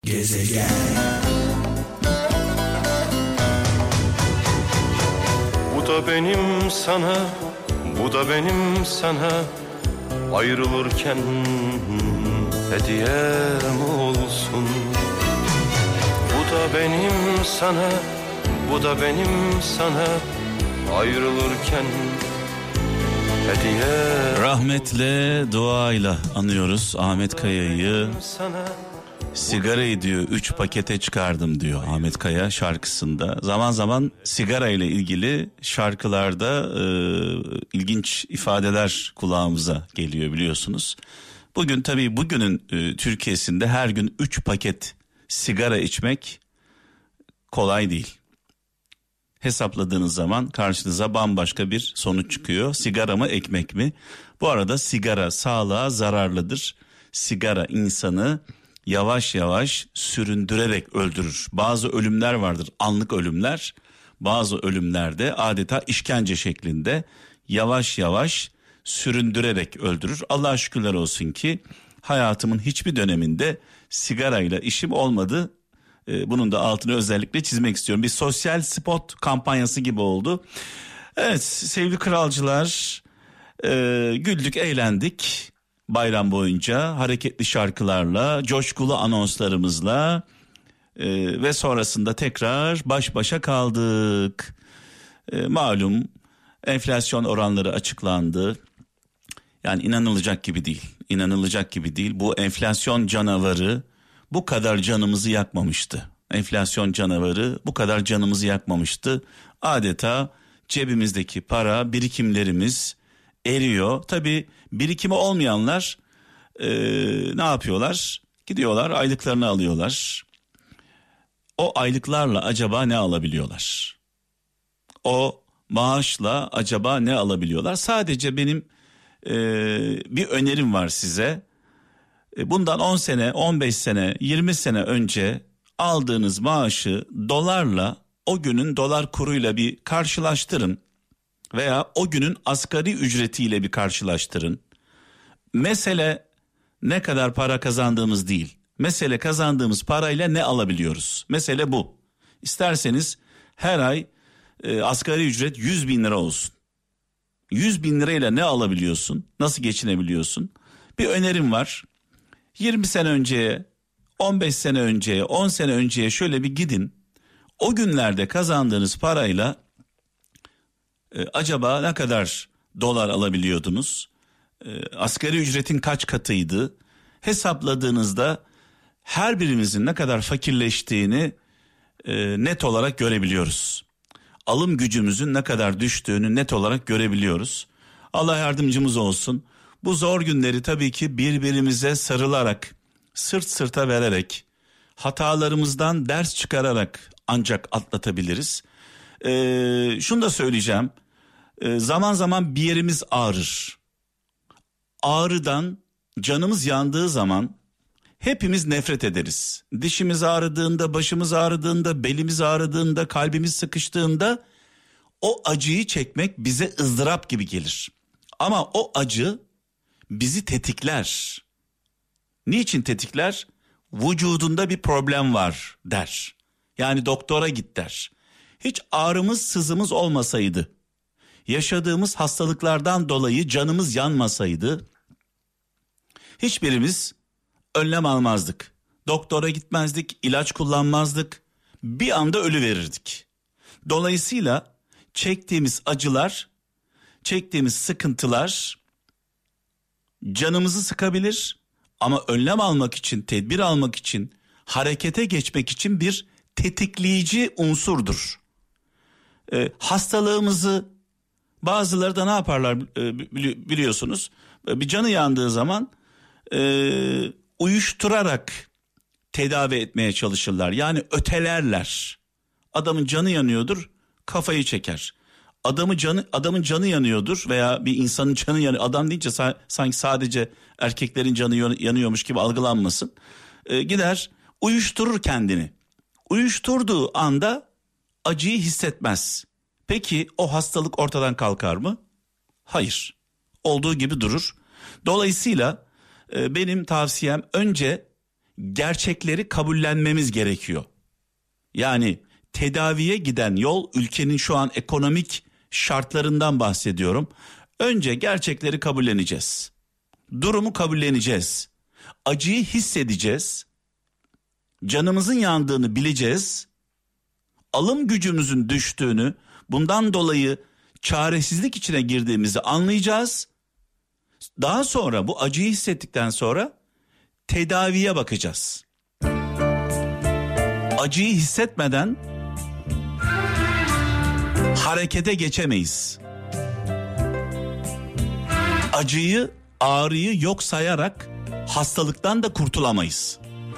Gezegen. Bu da benim sana, bu da benim sana, ayrılırken hediyem olsun. Bu da benim sana, bu da benim sana, ayrılırken hediye. Rahmetle, duayla anıyoruz Ahmet Kaya'yı. Sigarayı diyor 3 pakete çıkardım diyor Ahmet Kaya şarkısında. Zaman zaman sigara ile ilgili şarkılarda ilginç ifadeler kulağımıza geliyor biliyorsunuz. Bugün tabii bugünün Türkiye'sinde her gün 3 paket sigara içmek kolay değil. Hesapladığınız zaman karşınıza bambaşka bir sonuç çıkıyor. Sigara mı, ekmek mi? Bu arada sigara sağlığa zararlıdır. Sigara insanı yavaş yavaş süründürerek öldürür. Bazı ölümler vardır, anlık ölümler. Bazı ölümlerde adeta işkence şeklinde yavaş yavaş süründürerek öldürür. Allah'a şükürler olsun ki hayatımın hiçbir döneminde sigarayla işim olmadı. Bunun da altını özellikle çizmek istiyorum. Bir sosyal spot kampanyası gibi oldu. Evet sevgili kralcılar, güldük eğlendik bayram boyunca hareketli şarkılarla, coşkulu anonslarımızla ve sonrasında tekrar baş başa kaldık. Malum enflasyon oranları açıklandı. Yani inanılacak gibi değil. İnanılacak gibi değil. Bu enflasyon canavarı bu kadar canımızı yakmamıştı. Enflasyon canavarı bu kadar canımızı yakmamıştı. Adeta cebimizdeki para, birikimlerimiz eriyor. Tabii birikimi olmayanlar ne yapıyorlar? Gidiyorlar aylıklarını alıyorlar. O aylıklarla acaba ne alabiliyorlar? O maaşla acaba ne alabiliyorlar? Sadece benim bir önerim var size. Bundan 10 sene, 15 sene, 20 sene önce aldığınız maaşı dolarla, o günün dolar kuruyla bir karşılaştırın. Veya o günün asgari ücretiyle bir karşılaştırın. Mesele ne kadar para kazandığımız değil. Mesele kazandığımız parayla ne alabiliyoruz? Mesele bu. İsterseniz her ay asgari ücret 100 bin lira olsun. 100 bin lirayla ne alabiliyorsun? Nasıl geçinebiliyorsun? Bir önerim var. 20 sene önceye, 15 sene önceye, 10 sene önceye şöyle bir gidin. O günlerde kazandığınız parayla acaba ne kadar dolar alabiliyordunuz? Asgari ücretin kaç katıydı? Hesapladığınızda her birimizin ne kadar fakirleştiğini net olarak görebiliyoruz. Alım gücümüzün ne kadar düştüğünü net olarak görebiliyoruz. Allah yardımcımız olsun. Bu zor günleri tabii ki birbirimize sarılarak, sırt sırta vererek, hatalarımızdan ders çıkararak ancak atlatabiliriz. Şunu da söyleyeceğim. Zaman zaman bir yerimiz ağrır. Ağrıdan canımız yandığı zaman hepimiz nefret ederiz. Dişimiz ağrıdığında, başımız ağrıdığında, belimiz ağrıdığında, kalbimiz sıkıştığında o acıyı çekmek bize ızdırap gibi gelir. Ama o acı bizi tetikler. Niçin tetikler? Vücudunda bir problem var der. Yani doktora git der. Hiç ağrımız, sızımız olmasaydı, yaşadığımız hastalıklardan dolayı canımız yanmasaydı, hiçbirimiz önlem almazdık. Doktora gitmezdik, ilaç kullanmazdık. Bir anda ölüverirdik. Dolayısıyla çektiğimiz acılar, çektiğimiz sıkıntılar canımızı sıkabilir. Ama önlem almak için, tedbir almak için, harekete geçmek için bir tetikleyici unsurdur. Hastalığımızı bazıları da ne yaparlar biliyorsunuz. Bir canı yandığı zaman uyuşturarak tedavi etmeye çalışırlar. Yani ötelerler. Adamın canı yanıyordur, kafayı çeker. Adamın canı yanıyordur veya bir insanın canı yanıyor. Adam deyince sanki sadece erkeklerin canı yanıyormuş gibi algılanmasın. Gider uyuşturur kendini. Uyuşturduğu anda acıyı hissetmez. Peki o hastalık ortadan kalkar mı? Hayır. Olduğu gibi durur. Dolayısıyla benim tavsiyem önce gerçekleri kabullenmemiz gerekiyor. Yani tedaviye giden yol, ülkenin şu an ekonomik şartlarından bahsediyorum. Önce gerçekleri kabulleneceğiz. Durumu kabulleneceğiz. Acıyı hissedeceğiz. Canımızın yandığını bileceğiz. Alım gücümüzün düştüğünü, bundan dolayı çaresizlik içine girdiğimizi anlayacağız. Daha sonra bu acıyı hissettikten sonra tedaviye bakacağız. Acıyı hissetmeden harekete geçemeyiz. Acıyı, ağrıyı yok sayarak hastalıktan da kurtulamayız.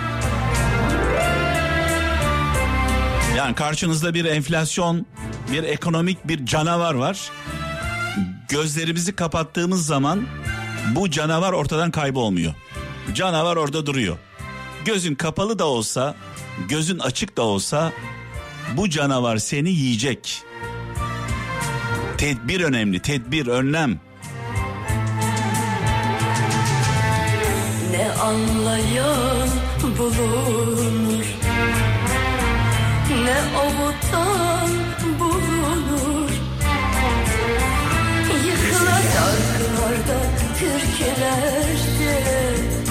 Yani karşınızda bir enflasyon, bir ekonomik bir canavar var. Gözlerimizi kapattığımız zaman bu canavar ortadan kaybolmuyor. Canavar orada duruyor. Gözün kapalı da olsa, gözün açık da olsa bu canavar seni yiyecek. Tedbir önemli, tedbir, önlem. Ne anlayan bulunur, ne avutan bulunur. Yıkılacak arda türkülerde,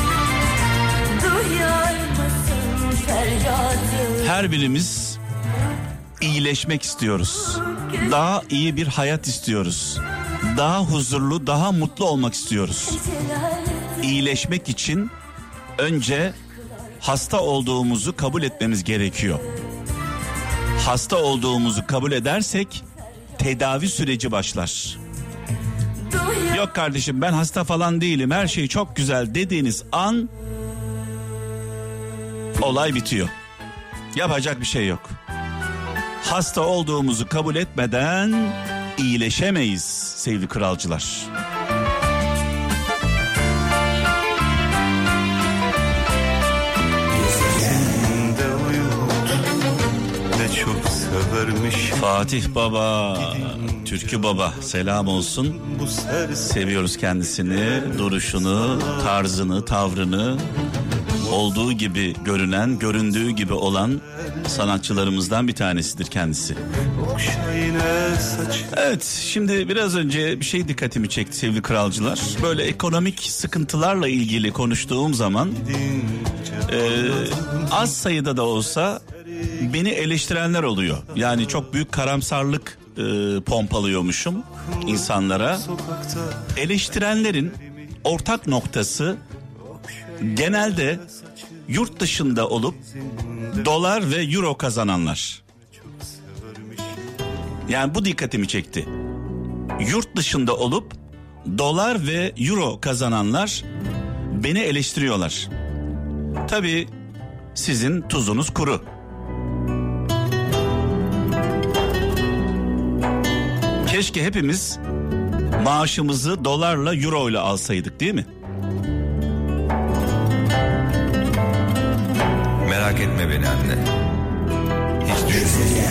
duyar mısın feryadı? Her birimiz iyileşmek istiyoruz. Daha iyi bir hayat istiyoruz. Daha huzurlu, daha mutlu olmak istiyoruz. İyileşmek için önce hasta olduğumuzu kabul etmemiz gerekiyor. Hasta olduğumuzu kabul edersek tedavi süreci başlar. Yok kardeşim ben hasta falan değilim, her şey çok güzel dediğiniz an olay bitiyor. Yapacak bir şey yok. Hasta olduğumuzu kabul etmeden iyileşemeyiz sevgili kralcılar. Fatih Baba, Türkü Baba selam olsun. Seviyoruz kendisini, duruşunu, tarzını, tavrını, olduğu gibi görünen, göründüğü gibi olan sanatçılarımızdan bir tanesidir kendisi. Evet, şimdi biraz önce bir şey dikkatimi çekti sevgili kralcılar. Böyle ekonomik sıkıntılarla ilgili konuştuğum zaman az sayıda da olsa beni eleştirenler oluyor. Yani çok büyük karamsarlık pompalıyormuşum insanlara. Eleştirenlerin ortak noktası genelde yurt dışında olup dolar ve euro kazananlar. Yani bu dikkatimi çekti. Yurt dışında olup dolar ve euro kazananlar beni eleştiriyorlar. Tabii sizin tuzunuz kuru. Keşke hepimiz maaşımızı dolarla, euro ile alsaydık, değil mi? Merak etme beni anne. Hiç düşünme.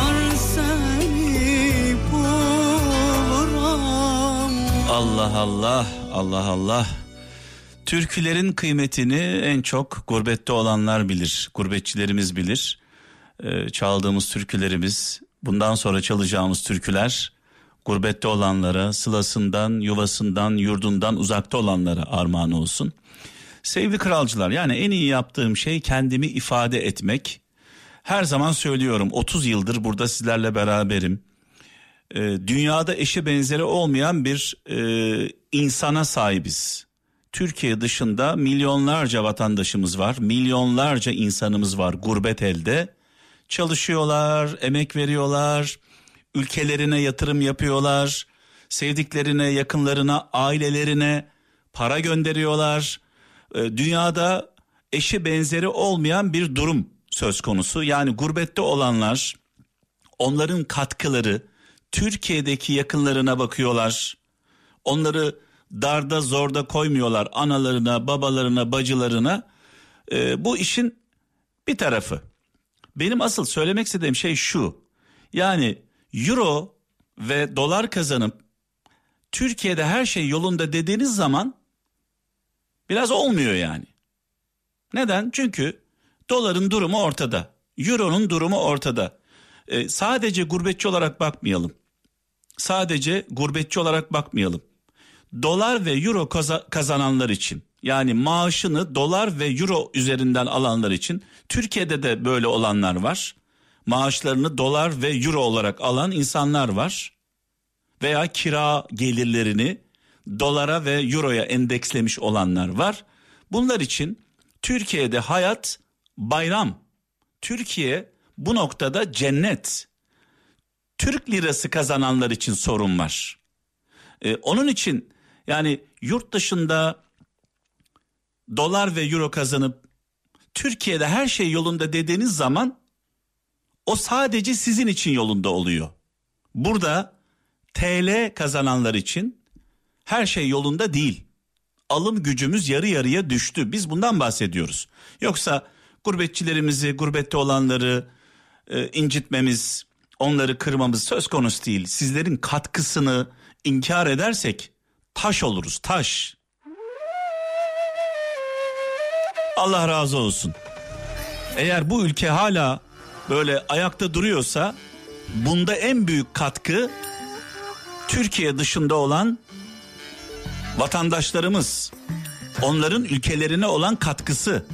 Allah Allah, Allah Allah. Türkülerin kıymetini en çok gurbette olanlar bilir, gurbetçilerimiz bilir. Çaldığımız türkülerimiz, bundan sonra çalacağımız türküler gurbette olanlara, sılasından, yuvasından, yurdundan uzakta olanlara armağan olsun. Sevgili kralcılar, yani en iyi yaptığım şey kendimi ifade etmek. Her zaman söylüyorum, 30 yıldır burada sizlerle beraberim. Dünyada eşi benzeri olmayan bir insana sahibiz. Türkiye dışında milyonlarca vatandaşımız var, milyonlarca insanımız var gurbet elde. Çalışıyorlar, emek veriyorlar, ülkelerine yatırım yapıyorlar, sevdiklerine, yakınlarına, ailelerine para gönderiyorlar. Dünyada eşi benzeri olmayan bir durum söz konusu. Yani gurbette olanlar, onların katkıları, Türkiye'deki yakınlarına bakıyorlar. Onları darda zorda koymuyorlar, analarına, babalarına, bacılarına. Bu işin bir tarafı. Benim asıl söylemek istediğim şey şu. Yani euro ve dolar kazanıp Türkiye'de her şey yolunda dediğiniz zaman biraz olmuyor yani. Neden? Çünkü doların durumu ortada. Euro'nun durumu ortada. Sadece gurbetçi olarak bakmayalım. Dolar ve euro kazananlar için, yani maaşını dolar ve euro üzerinden alanlar için, Türkiye'de de böyle olanlar var. Maaşlarını dolar ve euro olarak alan insanlar var. Veya kira gelirlerini dolara ve euroya endekslemiş olanlar var. Bunlar için Türkiye'de hayat bayram. Türkiye bu noktada cennet. Türk lirası kazananlar için sorun var. Onun için yani yurt dışında dolar ve euro kazanıp Türkiye'de her şey yolunda dediğiniz zaman o sadece sizin için yolunda oluyor. Burada TL kazananlar için her şey yolunda değil. Alım gücümüz yarı yarıya düştü. Biz bundan bahsediyoruz. Yoksa gurbetçilerimizi, gurbette olanları incitmemiz, onları kırmamız söz konusu değil. Sizlerin katkısını inkar edersek taş oluruz, taş. Allah razı olsun. Eğer bu ülke hala böyle ayakta duruyorsa bunda en büyük katkı Türkiye dışında olan vatandaşlarımız, onların ülkelerine olan katkısı.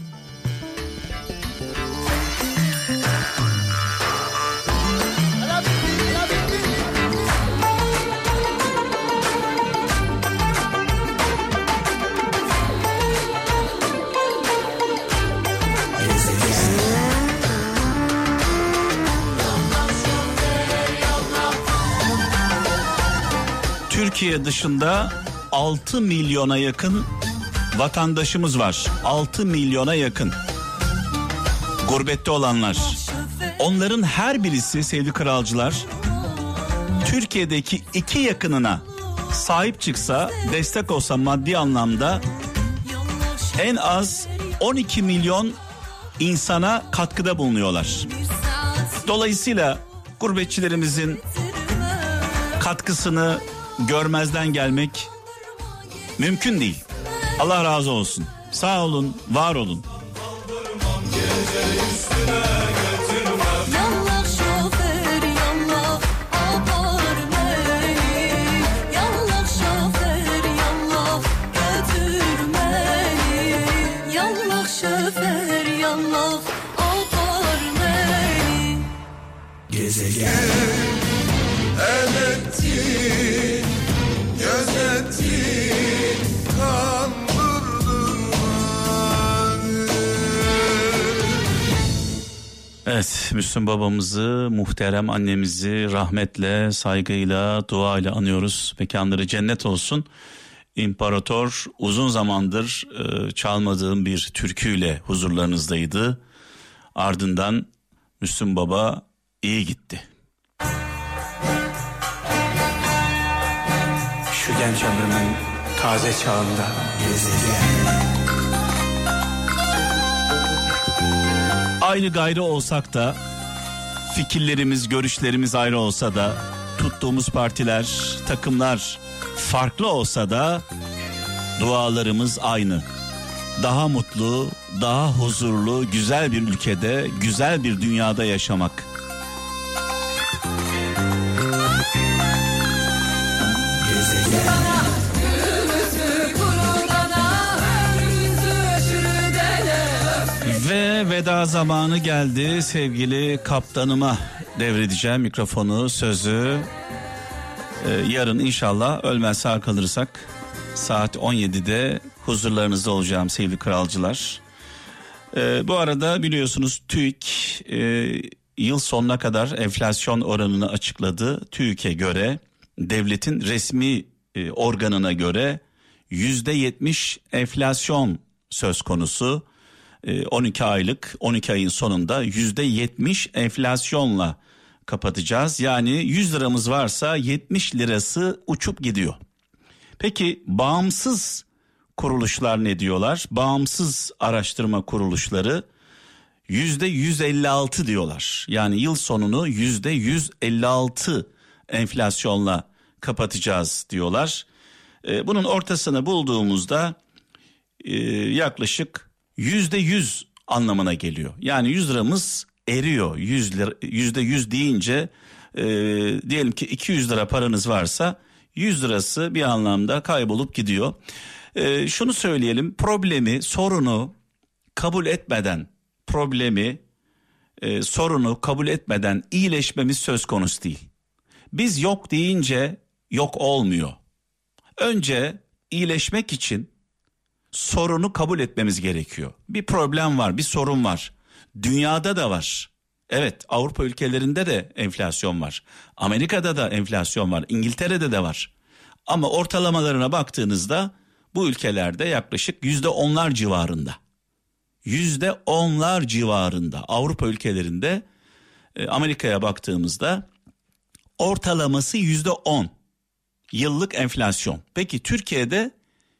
Türkiye dışında 6 milyona yakın vatandaşımız var. 6 milyona yakın gurbette olanlar. Onların her birisi sevgili kralcılar, Türkiye'deki 2 yakınına sahip çıksa, destek olsa maddi anlamda en az 12 milyon insana katkıda bulunuyorlar. Dolayısıyla gurbetçilerimizin katkısını görmezden gelmek mümkün değil. Allah razı olsun. Sağ olun, var olun. Gezegen emetti, gözetti, kandırdı. Evet, Müslüm babamızı, muhterem annemizi rahmetle, saygıyla, duayla anıyoruz. Mekanları cennet olsun. İmparator uzun zamandır çalmadığım bir türküyle huzurlarınızdaydı. Ardından Müslüm baba iyi gitti. Şu genç ömrümün taze çağında Ayrı gayrı olsak da, fikirlerimiz, görüşlerimiz ayrı olsa da, tuttuğumuz partiler, takımlar farklı olsa da dualarımız aynı. Daha mutlu, daha huzurlu, güzel bir ülkede, güzel bir dünyada yaşamak. Ve veda zamanı geldi. Sevgili kaptanıma devredeceğim mikrofonu, sözü. Yarın inşallah ölmez sağ kalırsak saat 17'de huzurlarınızda olacağım sevgili kralcılar. Bu arada biliyorsunuz TÜİK yıl sonuna kadar enflasyon oranını açıkladı. TÜİK'e göre, devletin resmi organına göre %70 enflasyon söz konusu. 12 ayın sonunda %70 enflasyonla kapatacağız. Yani 100 liramız varsa 70 lirası uçup gidiyor. Peki bağımsız kuruluşlar ne diyorlar? Bağımsız araştırma kuruluşları %156 diyorlar. Yani yıl sonunu %156 enflasyonla kapatacağız diyorlar. Bunun ortasını bulduğumuzda yaklaşık %100 anlamına geliyor. Yani 100 liramız eriyor. %100 deyince diyelim ki 200 lira paranız varsa 100 lirası bir anlamda kaybolup gidiyor. Şunu söyleyelim, problemi, sorunu kabul etmeden, sorunu kabul etmeden iyileşmemiz söz konusu değil. Biz yok deyince yok olmuyor. Önce iyileşmek için sorunu kabul etmemiz gerekiyor. Bir problem var, bir sorun var. Dünyada da var. Evet, Avrupa ülkelerinde de enflasyon var. Amerika'da da enflasyon var. İngiltere'de de var. Ama ortalamalarına baktığınızda bu ülkelerde yaklaşık %10'lar civarında. %10'lar civarında. Avrupa ülkelerinde, Amerika'ya baktığımızda ortalaması %10 yıllık enflasyon. Peki Türkiye'de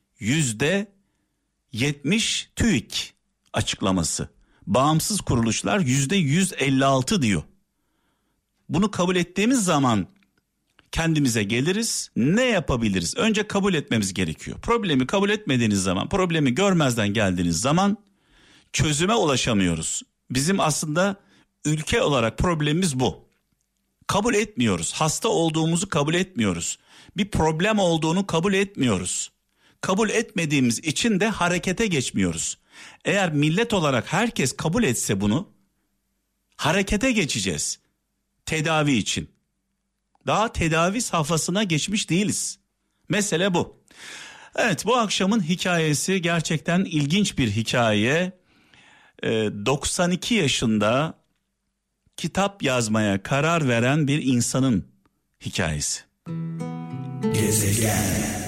%70 TÜİK açıklaması. Bağımsız kuruluşlar %156 diyor. Bunu kabul ettiğimiz zaman kendimize geliriz. Ne yapabiliriz? Önce kabul etmemiz gerekiyor. Problemi kabul etmediğiniz zaman, problemi görmezden geldiğiniz zaman çözüme ulaşamıyoruz. Bizim aslında ülke olarak problemimiz bu. Kabul etmiyoruz. Hasta olduğumuzu kabul etmiyoruz. Bir problem olduğunu kabul etmiyoruz. Kabul etmediğimiz için de harekete geçmiyoruz. Eğer millet olarak herkes kabul etse bunu, harekete geçeceğiz. Tedavi için. Daha tedavi safhasına geçmiş değiliz. Mesele bu. Evet, bu akşamın hikayesi gerçekten ilginç bir hikaye. 92 yaşında kitap yazmaya karar veren bir insanın hikayesi. Gezegen.